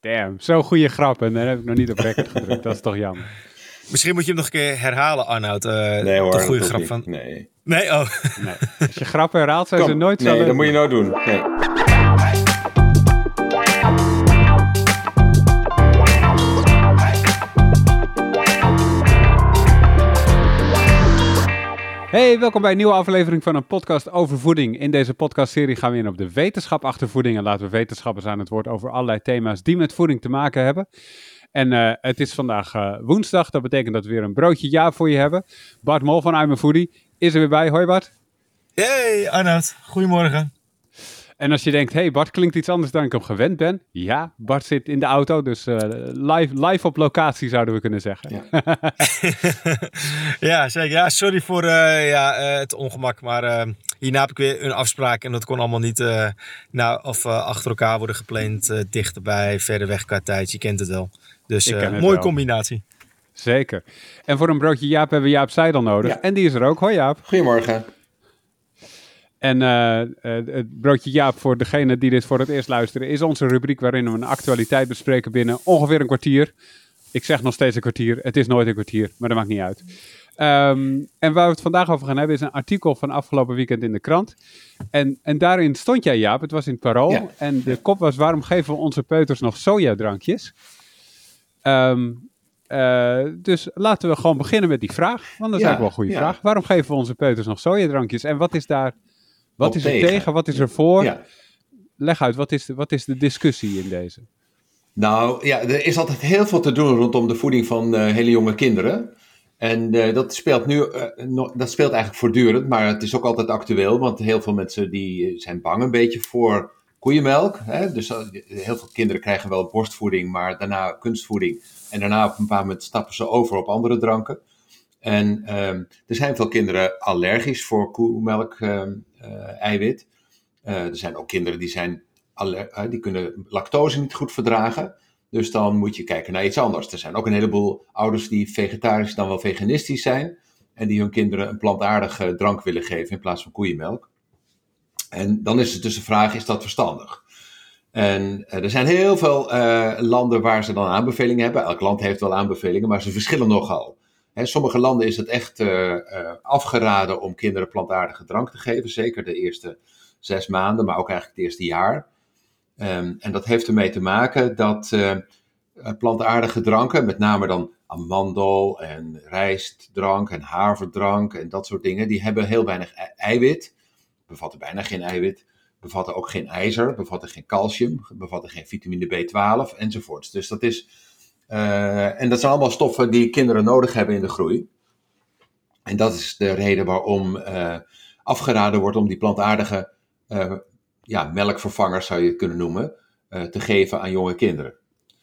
Damn, zo'n goede grap en dan heb ik nog niet op record gedrukt. Dat is toch jammer. Misschien moet je hem nog een keer herhalen, Arnoud. Nee hoor, de goede dat grap niet. van... Nee. Nee, oh. Nee. Als je grappen herhaalt, zijn ze nooit zo Nee, leuk. dat moet je nou doen. Nee. Hey, welkom bij een nieuwe aflevering van een podcast over voeding. In deze podcastserie gaan we in op de wetenschap achter voeding en laten we wetenschappers aan het woord over allerlei thema's die met voeding te maken hebben. En het is vandaag woensdag, dat betekent dat we weer een broodje Jaap voor je hebben. Bart Mol van I'm a Foodie is er weer bij. Hoi Bart. Hey Arnoud, goedemorgen. En als je denkt, hey, Bart klinkt iets anders dan ik hem gewend ben. Ja, Bart zit in de auto, dus live op locatie zouden we kunnen zeggen. Ja. Ja, zeker. Ja, sorry voor het ongemak, maar hierna heb ik weer een afspraak en dat kon allemaal niet achter elkaar worden gepland, dichterbij, verder weg qua tijd. Je kent het wel. Dus mooie wel. combinatie. Zeker. En voor een broodje Jaap hebben we Jaap Seidel nodig. Ja. En die is er ook. Hoi Jaap. Goedemorgen. En het broodje Jaap, voor degene die dit voor het eerst luisteren, is onze rubriek waarin we een actualiteit bespreken binnen ongeveer een kwartier. Ik zeg nog steeds een kwartier. Het is nooit een kwartier, maar dat maakt niet uit. En waar we het vandaag over gaan hebben is een artikel van afgelopen weekend in de krant. En daarin stond jij, Jaap. Het was in het Parool. Ja. En de kop was: waarom geven we onze peuters nog sojadrankjes? Dus laten we gewoon beginnen met die vraag. Want dat is Ja, eigenlijk wel een goede ja. vraag. Waarom geven we onze peuters nog sojadrankjes? En wat is daar... Wat Op is er tegen. tegen? Wat is er voor? Ja. Leg uit, wat is de discussie in deze? Nou ja, er is altijd heel veel te doen rondom de voeding van hele jonge kinderen. En dat speelt nu, dat speelt eigenlijk voortdurend, maar het is ook altijd actueel. Want heel veel mensen die zijn bang een beetje voor koeienmelk. Hè? Dus heel veel kinderen krijgen wel borstvoeding, maar daarna kunstvoeding. En daarna op een bepaald moment stappen ze over op andere dranken. En er zijn veel kinderen allergisch voor koemelk, eiwit. Er zijn ook kinderen die kunnen lactose niet goed verdragen. Dus dan moet je kijken naar iets anders. Er zijn ook een heleboel ouders die vegetarisch dan wel veganistisch zijn. En die hun kinderen een plantaardige drank willen geven in plaats van koeienmelk. En dan is het dus de vraag, is dat verstandig? En er zijn heel veel landen waar ze dan aanbevelingen hebben. Elk land heeft wel aanbevelingen, maar ze verschillen nogal. In sommige landen is het echt afgeraden om kinderen plantaardige drank te geven. Zeker de eerste 6 maanden, maar ook eigenlijk het eerste jaar. En dat heeft ermee te maken dat plantaardige dranken, met name dan amandel en rijstdrank en haverdrank en dat soort dingen, die hebben heel weinig eiwit, bevatten bijna geen eiwit, bevatten ook geen ijzer, bevatten geen calcium, bevatten geen vitamine B12 enzovoorts. Dus dat is, en dat zijn allemaal stoffen die kinderen nodig hebben in de groei. En dat is de reden waarom afgeraden wordt om die plantaardige melkvervangers, zou je het kunnen noemen, te geven aan jonge kinderen.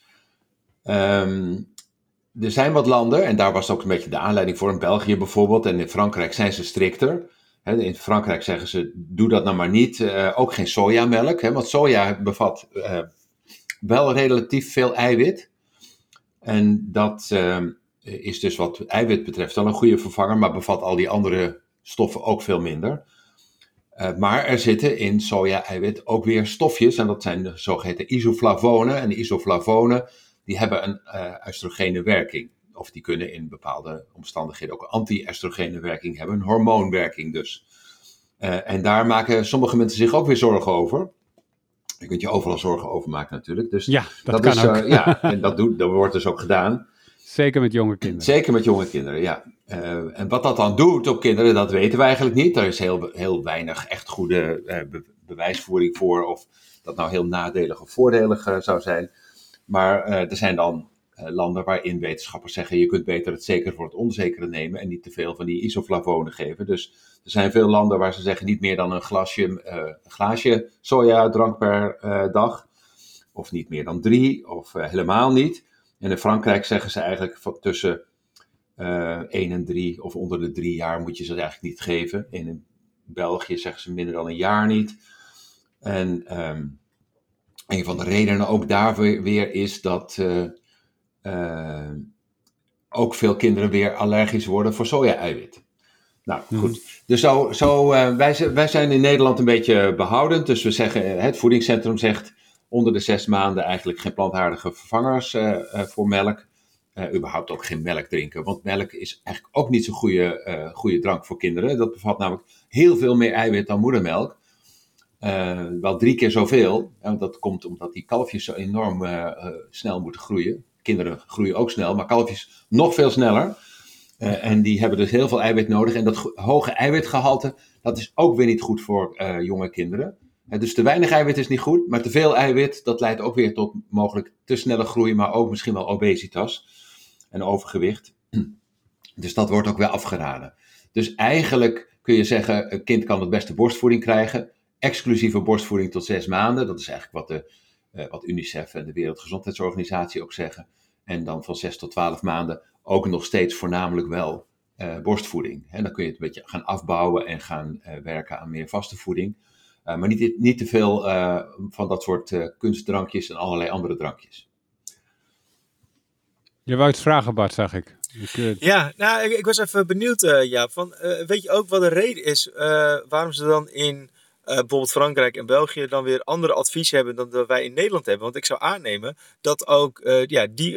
Er zijn wat landen, en daar was ook een beetje de aanleiding voor, in België bijvoorbeeld, en in Frankrijk zijn ze strikter. In Frankrijk zeggen ze, doe dat nou maar niet. Ook geen sojamelk, want soja bevat wel relatief veel eiwit. En dat is dus wat eiwit betreft wel een goede vervanger, maar bevat al die andere stoffen ook veel minder. Maar er zitten in soja-eiwit ook weer stofjes, en dat zijn de zogeheten isoflavonen. En de isoflavonen, die hebben een oestrogene werking. Of die kunnen in bepaalde omstandigheden ook een anti-estrogene werking hebben, een hormoonwerking dus. En daar maken sommige mensen zich ook weer zorgen over. Je kunt je overal zorgen over maken natuurlijk. Dus Ja, dat kan is, ook. En dat wordt dus ook gedaan. Zeker met jonge kinderen. Zeker met jonge kinderen, ja. En wat dat dan doet op kinderen, dat weten we eigenlijk niet. Er is heel weinig echt goede bewijsvoering voor, of dat nou heel nadelig of voordelig zou zijn. Maar er zijn dan landen waarin wetenschappers zeggen, je kunt beter het zeker voor het onzekere nemen en niet te veel van die isoflavonen geven. Dus er zijn veel landen waar ze zeggen niet meer dan een glaasje sojadrank per dag. Of niet meer dan 3, of helemaal niet. En in Frankrijk zeggen ze eigenlijk van tussen 1 en 3 of onder de 3 jaar moet je ze eigenlijk niet geven. In België zeggen ze minder dan een jaar niet. En een van de redenen ook daar weer is dat ook veel kinderen weer allergisch worden voor soja-eiwit. Nou goed, dus wij zijn in Nederland een beetje behoudend. Dus we zeggen, het voedingscentrum zegt, onder de 6 maanden eigenlijk geen plantaardige vervangers voor melk. Überhaupt ook geen melk drinken. Want melk is eigenlijk ook niet zo'n goede drank voor kinderen. Dat bevat namelijk heel veel meer eiwit dan moedermelk. Wel 3 keer zoveel. Dat komt omdat die kalfjes zo enorm snel moeten groeien. Kinderen groeien ook snel, maar kalfjes nog veel sneller. En die hebben dus heel veel eiwit nodig. En dat hoge eiwitgehalte, dat is ook weer niet goed voor jonge kinderen. Dus te weinig eiwit is niet goed, maar te veel eiwit, dat leidt ook weer tot mogelijk te snelle groei, maar ook misschien wel obesitas en overgewicht. Dus dat wordt ook weer afgeraden. Dus eigenlijk kun je zeggen, een kind kan het beste borstvoeding krijgen. Exclusieve borstvoeding tot 6 maanden. Dat is eigenlijk wat UNICEF en de Wereldgezondheidsorganisatie ook zeggen. En dan van 6 tot 12 maanden ook nog steeds voornamelijk wel borstvoeding. En dan kun je het een beetje gaan afbouwen en gaan werken aan meer vaste voeding. Maar niet te veel van dat soort kunstdrankjes en allerlei andere drankjes. Je wou iets vragen, Bart, zag ik. Ja, nou, ik was even benieuwd, Jaap. Weet je ook wat de reden is waarom ze dan in bijvoorbeeld Frankrijk en België dan weer andere advies hebben dan dat wij in Nederland hebben? Want ik zou aannemen dat ook die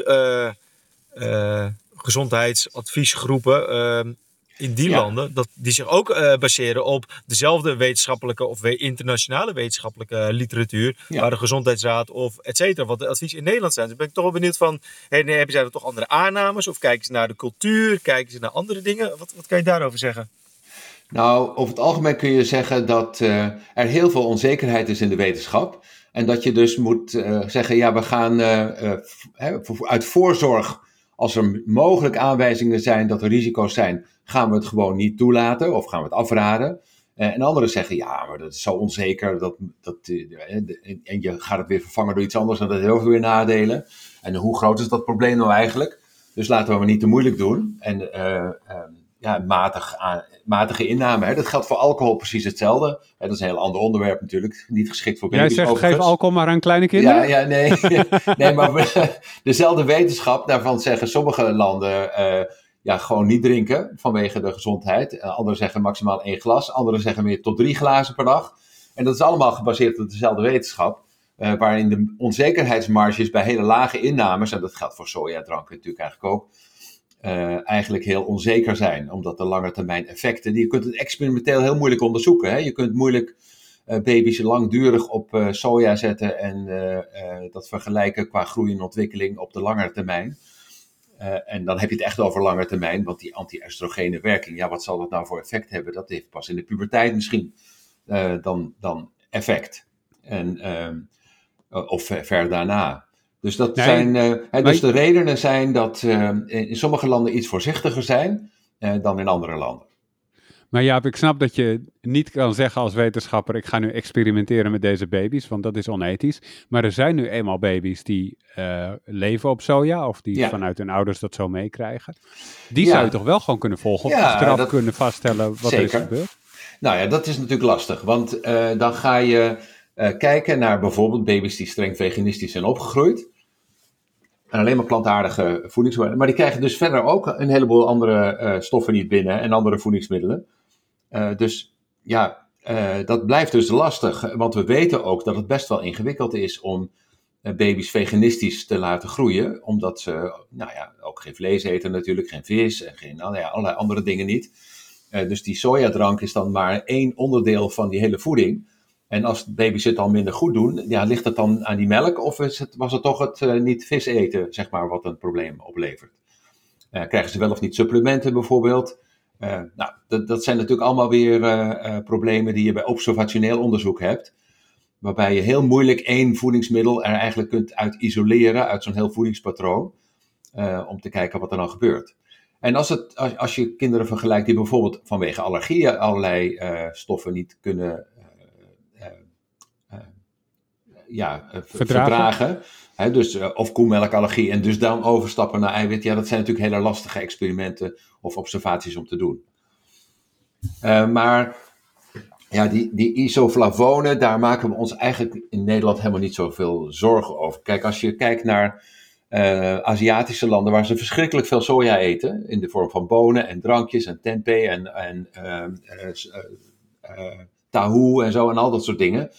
gezondheidsadviesgroepen in die landen, die zich ook baseren op dezelfde wetenschappelijke of internationale wetenschappelijke literatuur, waar de Gezondheidsraad of et cetera, wat de advies in Nederland zijn. Dus ben ik toch wel benieuwd van, hebben zij er toch andere aannames? Of kijken ze naar de cultuur? Kijken ze naar andere dingen? Wat kan je daarover zeggen? Nou, over het algemeen kun je zeggen dat er heel veel onzekerheid is in de wetenschap. En dat je dus moet zeggen, we gaan uit voorzorg, als er mogelijk aanwijzingen zijn dat er risico's zijn, gaan we het gewoon niet toelaten of gaan we het afraden. En anderen zeggen, maar dat is zo onzeker en je gaat het weer vervangen door iets anders en dat heeft ook weer nadelen. En hoe groot is dat probleem nou eigenlijk? Dus laten we maar niet te moeilijk doen. En matige inname. Dat geldt voor alcohol precies hetzelfde. Dat is een heel ander onderwerp natuurlijk. Niet geschikt voor baby's. Jij zegt, geef alcohol maar aan kleine kinderen? Nee. Nee, maar dezelfde wetenschap. Daarvan zeggen sommige landen gewoon niet drinken vanwege de gezondheid. Anderen zeggen maximaal 1 glas. Anderen zeggen meer tot 3 glazen per dag. En dat is allemaal gebaseerd op dezelfde wetenschap. Waarin de onzekerheidsmarges bij hele lage innames, en dat geldt voor sojadranken natuurlijk eigenlijk ook, eigenlijk heel onzeker zijn. Omdat de langetermijn effecten, je kunt het experimenteel heel moeilijk onderzoeken. Hè? Je kunt moeilijk baby's langdurig op soja zetten en dat vergelijken qua groei en ontwikkeling op de langere termijn. En dan heb je het echt over lange termijn, want die anti-estrogene werking, wat zal dat nou voor effect hebben? Dat heeft pas in de puberteit misschien dan effect. Of ver daarna. Dus dat dus de redenen zijn dat in sommige landen iets voorzichtiger zijn dan in andere landen. Maar Jaap, ik snap dat je niet kan zeggen als wetenschapper, ik ga nu experimenteren met deze baby's, want dat is onethisch. Maar er zijn nu eenmaal baby's die leven op soja, of die vanuit hun ouders dat zo meekrijgen. Die zou je toch wel gewoon kunnen volgen, of achteraf kunnen vaststellen wat er is gebeurd? Nou ja, dat is natuurlijk lastig, want dan ga je kijken naar bijvoorbeeld baby's die streng veganistisch zijn opgegroeid. En alleen maar plantaardige voedingsmiddelen. Maar die krijgen dus verder ook een heleboel andere stoffen niet binnen en andere voedingsmiddelen. Dat blijft dus lastig. Want we weten ook dat het best wel ingewikkeld is om baby's veganistisch te laten groeien. Omdat ze ook geen vlees eten natuurlijk, geen vis en allerlei andere dingen niet. Dus die sojadrank is dan maar 1 onderdeel van die hele voeding. En als baby's het al minder goed doen, ligt het dan aan die melk of was het toch het niet vis eten, zeg maar, wat een probleem oplevert? Krijgen ze wel of niet supplementen bijvoorbeeld? Dat zijn natuurlijk allemaal weer problemen die je bij observationeel onderzoek hebt. Waarbij je heel moeilijk 1 voedingsmiddel er eigenlijk kunt uit isoleren uit zo'n heel voedingspatroon. Om te kijken wat er dan gebeurt. En als je kinderen vergelijkt die bijvoorbeeld vanwege allergieën allerlei stoffen niet kunnen verdragen. Dus of koemelkallergie en dus dan overstappen naar eiwit. Dat zijn natuurlijk hele lastige experimenten of observaties om te doen. Maar die isoflavonen, daar maken we ons eigenlijk in Nederland helemaal niet zoveel zorgen over. Kijk, als je kijkt naar Aziatische landen waar ze verschrikkelijk veel soja eten, in de vorm van bonen en drankjes en tempeh en tahoe en zo en al dat soort dingen.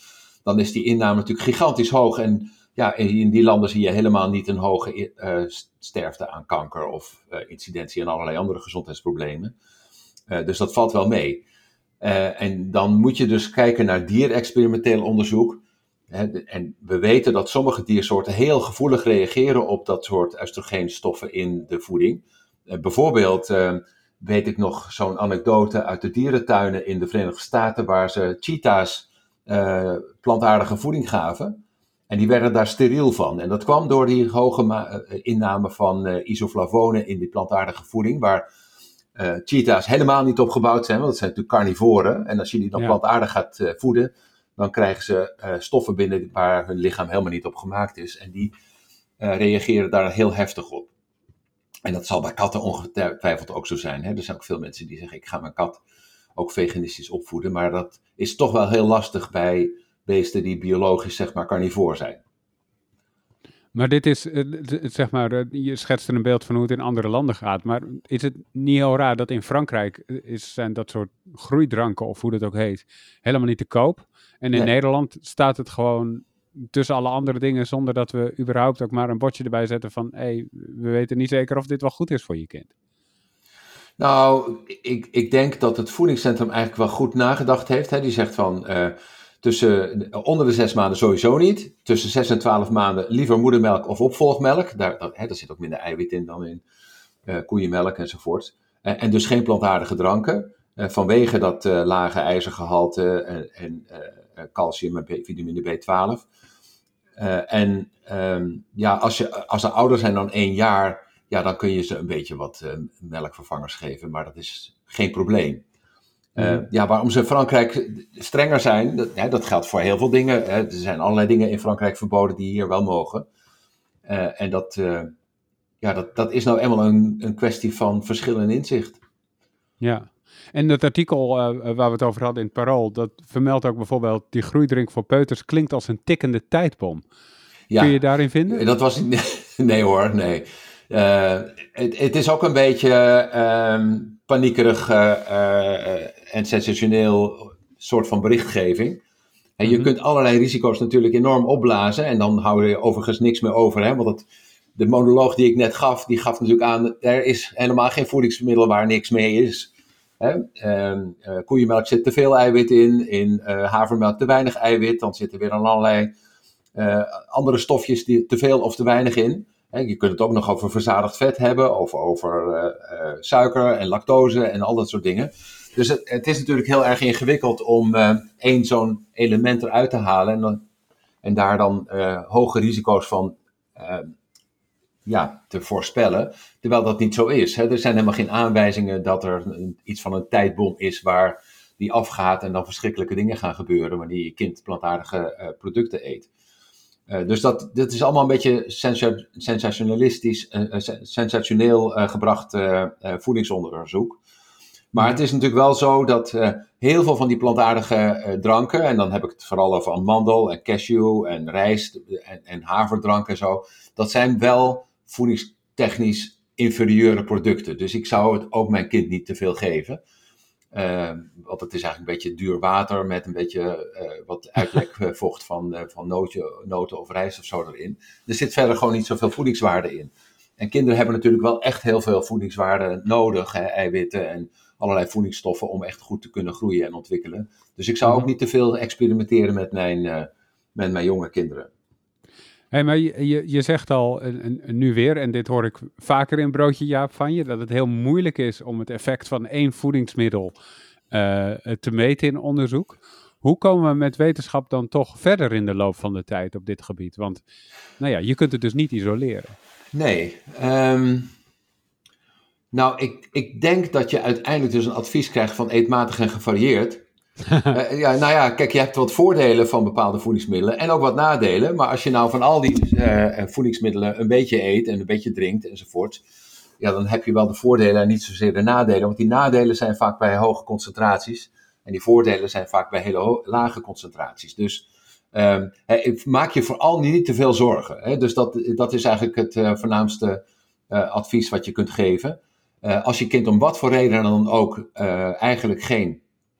dan is die inname natuurlijk gigantisch hoog. En ja, in die landen zie je helemaal niet een hoge sterfte aan kanker of incidentie en allerlei andere gezondheidsproblemen. Dus dat valt wel mee. En dan moet je dus kijken naar dierexperimenteel onderzoek. En we weten dat sommige diersoorten heel gevoelig reageren op dat soort oestrogeenstoffen in de voeding. Bijvoorbeeld weet ik nog zo'n anekdote uit de dierentuinen in de Verenigde Staten, waar ze cheetahs plantaardige voeding gaven. En die werden daar steriel van. En dat kwam door die hoge inname van isoflavonen in die plantaardige voeding, waar cheetahs helemaal niet op gebouwd zijn, want dat zijn natuurlijk carnivoren. En als je die dan plantaardig gaat voeden, dan krijgen ze stoffen binnen waar hun lichaam helemaal niet op gemaakt is. En die reageren daar heel heftig op. En dat zal bij katten ongetwijfeld ook zo zijn. Hè? Er zijn ook veel mensen die zeggen, ik ga mijn kat ook veganistisch opvoeden. Maar dat is toch wel heel lastig bij beesten die biologisch, zeg maar, carnivoor zijn. Maar dit is, zeg maar, je schetst er een beeld van hoe het in andere landen gaat. Maar is het niet heel raar dat in Frankrijk zijn dat soort groeidranken, of hoe dat ook heet, helemaal niet te koop? En in Nederland staat het gewoon tussen alle andere dingen, zonder dat we überhaupt ook maar een bordje erbij zetten van, we weten niet zeker of dit wel goed is voor je kind. Nou, ik denk dat het voedingscentrum eigenlijk wel goed nagedacht heeft. Hè. Die zegt van, onder de 6 maanden sowieso niet. Tussen 6 en 12 maanden liever moedermelk of opvolgmelk. Daar zit ook minder eiwit in dan in koeienmelk enzovoort. En dus geen plantaardige dranken. Vanwege dat lage ijzergehalte en calcium en vitamine B12. Als ze ouder zijn dan 1 jaar, ja, dan kun je ze een beetje wat melkvervangers geven. Maar dat is geen probleem. Waarom ze in Frankrijk strenger zijn, dat geldt voor heel veel dingen. Hè. Er zijn allerlei dingen in Frankrijk verboden die hier wel mogen. Dat is nou eenmaal een kwestie van verschil in inzicht. Ja, en dat artikel waar we het over hadden in het Parool, dat vermeldt ook bijvoorbeeld, die groeidrink voor peuters klinkt als een tikkende tijdbom. Ja, kun je daarin vinden? Dat was nee hoor, nee. Het is ook een beetje paniekerig en sensationeel soort van berichtgeving. En je kunt allerlei risico's natuurlijk enorm opblazen en dan hou je overigens niks meer over. Hè? Want de monoloog die ik net gaf, die gaf natuurlijk aan, er is helemaal geen voedingsmiddel waar niks mee is. Koeienmelk zit te veel eiwit in havermelk te weinig eiwit, dan zitten weer allerlei andere stofjes die te veel of te weinig in. Je kunt het ook nog over verzadigd vet hebben, of over suiker en lactose en al dat soort dingen. Dus het is natuurlijk heel erg ingewikkeld om één zo'n element eruit te halen en daar dan hoge risico's van te voorspellen, terwijl dat niet zo is. Hè. Er zijn helemaal geen aanwijzingen dat er iets van een tijdbom is waar die afgaat en dan verschrikkelijke dingen gaan gebeuren wanneer je kind plantaardige producten eet. Dus dat is allemaal een beetje sensationeel gebracht voedingsonderzoek. Maar het is natuurlijk wel zo dat heel veel van die plantaardige dranken, en dan heb ik het vooral over amandel en cashew en rijst en haverdrank en zo, dat zijn wel voedingstechnisch inferieure producten. Dus ik zou het ook mijn kind niet te veel geven. Want het is eigenlijk een beetje duur water met een beetje wat uitlekvocht van noten of rijst of zo erin. Er zit verder gewoon niet zoveel voedingswaarde in. En kinderen hebben natuurlijk wel echt heel veel voedingswaarde nodig, eiwitten en allerlei voedingsstoffen om echt goed te kunnen groeien en ontwikkelen. Dus ik zou ook niet te veel experimenteren met mijn jonge kinderen. Hey, maar je zegt al nu weer, en dit hoor ik vaker in Broodje Jaap van je, dat het heel moeilijk is om het effect van één voedingsmiddel te meten in onderzoek. Hoe komen we met wetenschap dan toch verder in de loop van de tijd op dit gebied? Want je kunt het dus niet isoleren. Nee. Ik denk dat je uiteindelijk dus een advies krijgt van eetmatig en gevarieerd. Kijk, je hebt wat voordelen van bepaalde voedingsmiddelen en ook wat nadelen. Maar als je nou van al die voedingsmiddelen een beetje eet en een beetje drinkt enzovoort, dan heb je wel de voordelen en niet zozeer de nadelen. Want die nadelen zijn vaak bij hoge concentraties en die voordelen zijn vaak bij hele lage concentraties. Dus maak je vooral niet te veel zorgen. Hè? Dus dat is eigenlijk het voornaamste advies wat je kunt geven. Als je kind om wat voor reden dan ook eigenlijk geen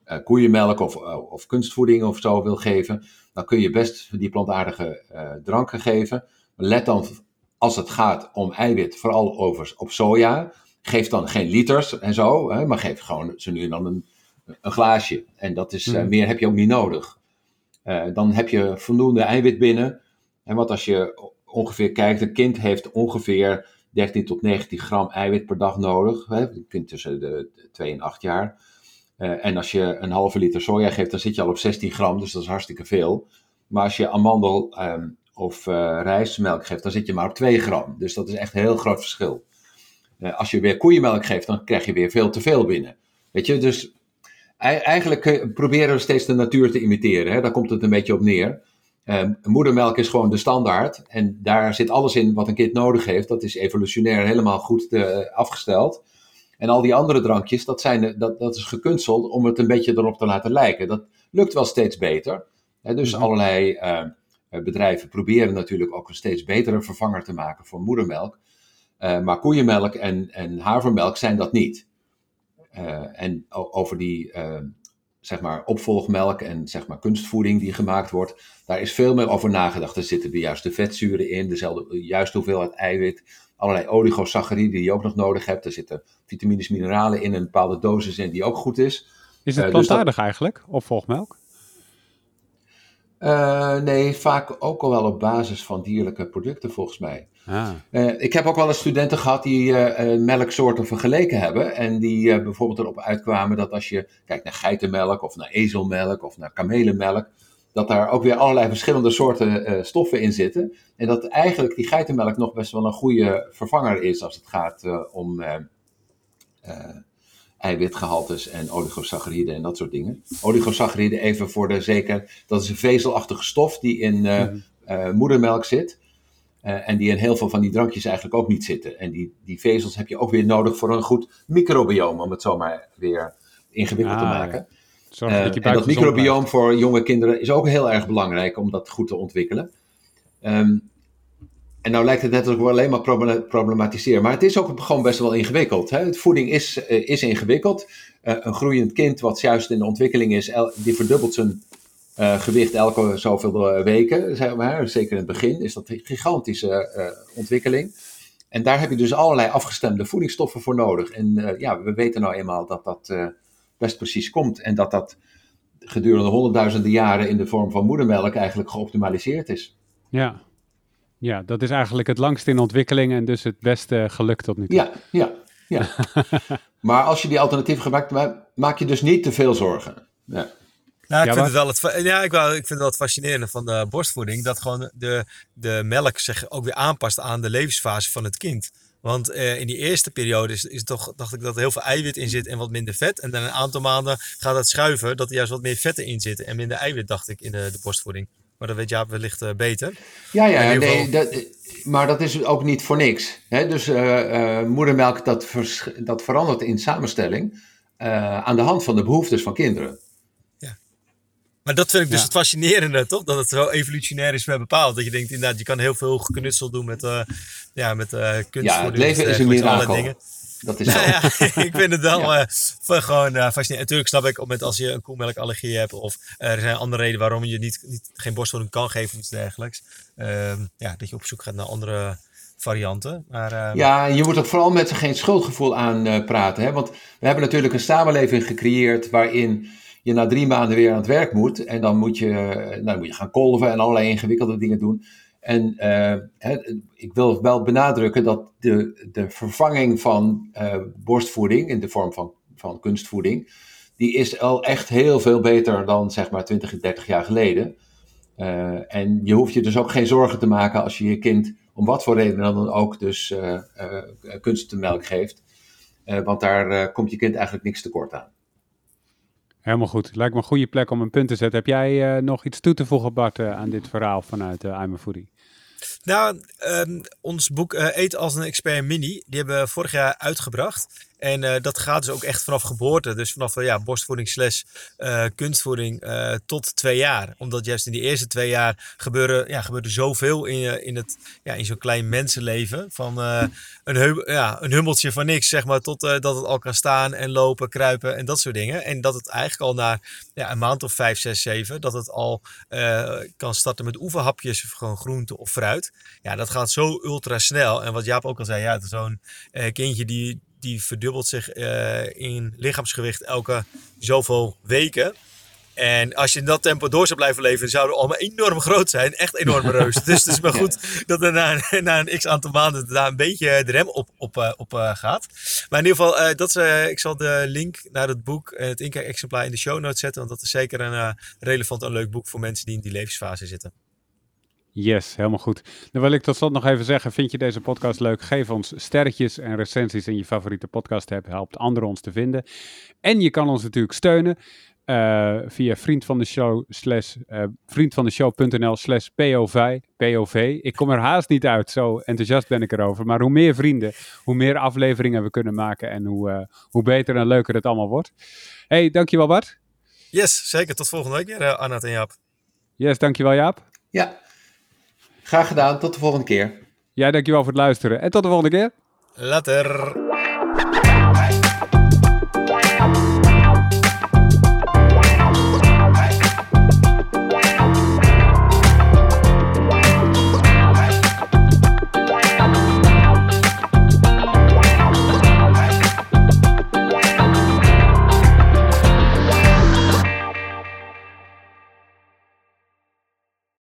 koeienmelk of kunstvoeding of zo wil geven, dan kun je best die plantaardige dranken geven. Maar let dan, als het gaat om eiwit, vooral op soja, geef dan geen liters en zo, maar geef gewoon zo nu en dan een glaasje. En dat is, meer heb je ook niet nodig. Dan heb je voldoende eiwit binnen. En wat als je ongeveer kijkt, een kind heeft ongeveer 13 tot 19 gram eiwit per dag nodig. Een kind tussen de 2 en 8 jaar. En als je een halve liter soja geeft, dan zit je al op 16 gram, dus dat is hartstikke veel. Maar als je amandel of rijstmelk geeft, dan zit je maar op 2 gram. Dus dat is echt een heel groot verschil. Als je weer koeienmelk geeft, dan krijg je weer veel te veel binnen. Weet je, dus eigenlijk proberen we steeds de natuur te imiteren. Hè? Daar komt het een beetje op neer. Moedermelk is gewoon de standaard. En daar zit alles in wat een kind nodig heeft. Dat is evolutionair helemaal goed afgesteld. En al die andere drankjes, dat is gekunsteld om het een beetje erop te laten lijken. Dat lukt wel steeds beter. Dus allerlei bedrijven proberen natuurlijk ook een steeds betere vervanger te maken voor moedermelk. Maar koeienmelk en havermelk zijn dat niet. En over die zeg maar opvolgmelk en zeg maar kunstvoeding die gemaakt wordt, daar is veel meer over nagedacht. Er zitten de juiste vetzuren in, de juiste hoeveelheid eiwit, allerlei oligosacchariden die je ook nog nodig hebt. Er zitten vitamines, mineralen in een bepaalde dosis in die ook goed is. Is het plantaardig eigenlijk, opvolgmelk? Nee, vaak ook al wel op basis van dierlijke producten volgens mij. Ik heb ook wel eens studenten gehad die melksoorten vergeleken hebben. En die bijvoorbeeld erop uitkwamen dat als je kijkt naar geitenmelk of naar ezelmelk of naar kamelenmelk, dat daar ook weer allerlei verschillende soorten stoffen in zitten. En dat eigenlijk die geitenmelk nog best wel een goede vervanger is als het gaat om eiwitgehaltes en oligosacchariden en dat soort dingen. Oligosacchariden, even voor de zeker, dat is een vezelachtige stof die in moedermelk zit. En die in heel veel van die drankjes eigenlijk ook niet zitten. En die vezels heb je ook weer nodig voor een goed microbioom, om het zomaar weer ingewikkeld te maken. Ja. En dat microbioom voor jonge kinderen is ook heel erg belangrijk om dat goed te ontwikkelen. En nou lijkt het net alsof we alleen maar problematiseren. Maar het is ook gewoon best wel ingewikkeld. Hè? Voeding is ingewikkeld. Een groeiend kind wat juist in de ontwikkeling is, die verdubbelt zijn gewicht elke zoveel weken. Zeg maar. Zeker in het begin is dat een gigantische ontwikkeling. En daar heb je dus allerlei afgestemde voedingsstoffen voor nodig. En we weten nou eenmaal dat dat best precies komt. En dat gedurende honderdduizenden jaren in de vorm van moedermelk eigenlijk geoptimaliseerd is. Ja, dat is eigenlijk het langst in ontwikkeling en dus het beste gelukt tot nu toe. Ja. Maar als je die alternatief gebruikt, maak je dus niet te veel zorgen. Ja. Nou, ik vind het wel het fascinerende van de borstvoeding, dat gewoon de melk zich ook weer aanpast aan de levensfase van het kind. Want in die eerste periode is het toch, dacht ik, dat er heel veel eiwit in zit en wat minder vet. En dan een aantal maanden gaat het schuiven, dat er juist wat meer vetten in zitten en minder eiwit, dacht ik, in de borstvoeding. Maar dat weet Jaap wellicht beter. Maar dat is ook niet voor niks. Hè? Dus moedermelk, dat verandert in samenstelling aan de hand van de behoeftes van kinderen. Ja. Maar dat vind ik dus het fascinerende, toch? Dat het zo evolutionair is bepaald. Dat je denkt, inderdaad, je kan heel veel geknutsel doen met kunstvoeding. Ja, het leven is een mirakel. Dat is ik vind het wel gewoon fascinerend. Natuurlijk snap ik, als je een koemelkallergie hebt of er zijn andere redenen waarom je geen borstvoeding kan geven of iets dergelijks. Dat je op zoek gaat naar andere varianten. Maar, je moet ook vooral met geen schuldgevoel aan praten. Hè? Want we hebben natuurlijk een samenleving gecreëerd waarin je na 3 maanden weer aan het werk moet. En dan moet je gaan kolven en allerlei ingewikkelde dingen doen. En ik wil wel benadrukken dat de vervanging van borstvoeding in de vorm van kunstvoeding, die is al echt heel veel beter dan zeg maar 20, 30 jaar geleden. En je hoeft je dus ook geen zorgen te maken als je je kind om wat voor reden dan ook dus kunstmelk geeft. Want daar komt je kind eigenlijk niks tekort aan. Helemaal goed. Lijkt me een goede plek om een punt te zetten. Heb jij nog iets toe te voegen, Bart, aan dit verhaal vanuit I'm a Foodie? Nou, ons boek Eet als een Expert Mini, die hebben we vorig jaar uitgebracht. En dat gaat dus ook echt vanaf geboorte. Dus vanaf borstvoeding / kunstvoeding tot 2 jaar. Omdat juist in die eerste 2 jaar gebeurde zoveel in zo'n klein mensenleven. Van een hummeltje van niks, zeg maar, tot dat het al kan staan en lopen, kruipen en dat soort dingen. En dat het eigenlijk al na een maand of 5, 6, 7, dat het al kan starten met oefenhapjes, of gewoon groente of fruit. Ja, dat gaat zo ultra snel. En wat Jaap ook al zei, zo'n kindje die verdubbelt zich in lichaamsgewicht elke zoveel weken. En als je in dat tempo door zou blijven leven, zouden we allemaal enorm groot zijn. Echt enorme reuzen. Dus het is maar goed dat er na een x-aantal maanden daar een beetje de rem op gaat. Maar in ieder geval, ik zal de link naar het boek en het inkijkexemplaar in de show notes zetten. Want dat is zeker een relevant en leuk boek voor mensen die in die levensfase zitten. Yes, helemaal goed. Dan wil ik tot slot nog even zeggen, vind je deze podcast leuk? Geef ons sterretjes en recensies in je favoriete podcast app. Helpt anderen ons te vinden. En je kan ons natuurlijk steunen via vriendvandeshow.nl/POV. Ik kom er haast niet uit, zo enthousiast ben ik erover. Maar hoe meer vrienden, hoe meer afleveringen we kunnen maken en hoe beter en leuker het allemaal wordt. Hey, dankjewel Bart. Yes, zeker. Tot volgende week weer, Arnoud en Jaap. Yes, dankjewel Jaap. Ja, graag gedaan. Tot de volgende keer. Ja, dankjewel voor het luisteren. En tot de volgende keer. Later.